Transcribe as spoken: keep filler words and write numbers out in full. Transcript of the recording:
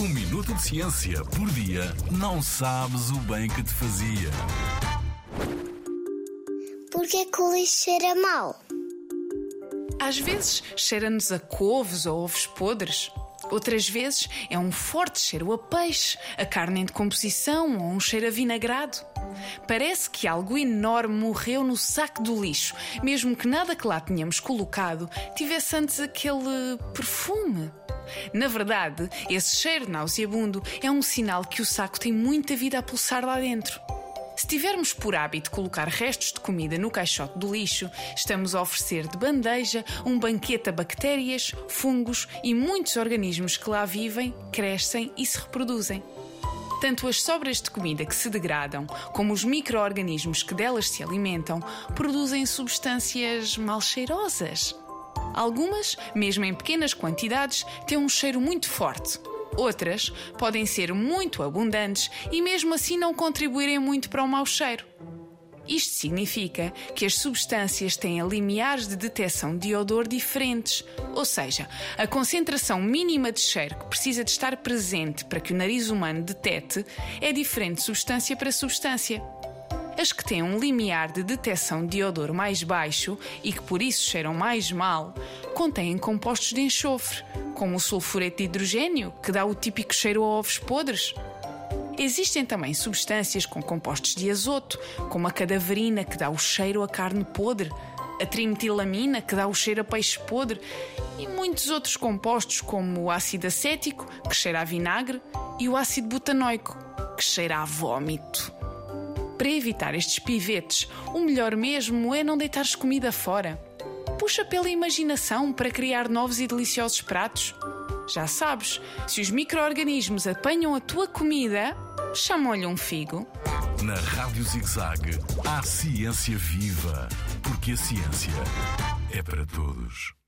Um minuto de ciência por dia não sabes o bem que te fazia. Porquê que o lixo cheira mal? Às vezes cheira-nos a couves ou ovos podres. Outras vezes é um forte cheiro a peixe, a carne em decomposição ou um cheiro a vinagrado. Parece que algo enorme morreu no saco do lixo, mesmo que nada que lá tínhamos colocado tivesse antes aquele perfume. Na verdade, esse cheiro nauseabundo é um sinal que o saco tem muita vida a pulsar lá dentro. Se tivermos por hábito colocar restos de comida no caixote do lixo, estamos a oferecer de bandeja um banquete a bactérias, fungos e muitos organismos que lá vivem, crescem e se reproduzem. Tanto as sobras de comida que se degradam, como os micro-organismos que delas se alimentam, produzem substâncias mal cheirosas. Algumas, mesmo em pequenas quantidades, têm um cheiro muito forte. Outras podem ser muito abundantes e mesmo assim não contribuírem muito para o mau cheiro. Isto significa que as substâncias têm limiares de detecção de odor diferentes, ou seja, a concentração mínima de cheiro que precisa de estar presente para que o nariz humano detecte é diferente de substância para substância. As que têm um limiar de detecção de odor mais baixo e que por isso cheiram mais mal, contêm compostos de enxofre, como o sulfureto de hidrogênio, que dá o típico cheiro a ovos podres. Existem também substâncias com compostos de azoto, como a cadaverina, que dá o cheiro a carne podre, a trimetilamina, que dá o cheiro a peixe podre, e muitos outros compostos, como o ácido acético, que cheira a vinagre, e o ácido butanoico, que cheira a vómito. Para evitar estes pivetes, o melhor mesmo é não deitares comida fora. Puxa pela imaginação para criar novos e deliciosos pratos. Já sabes, se os micro-organismos apanham a tua comida, chamam-lhe um figo. Na Rádio Zig-Zag há ciência viva, porque a ciência é para todos.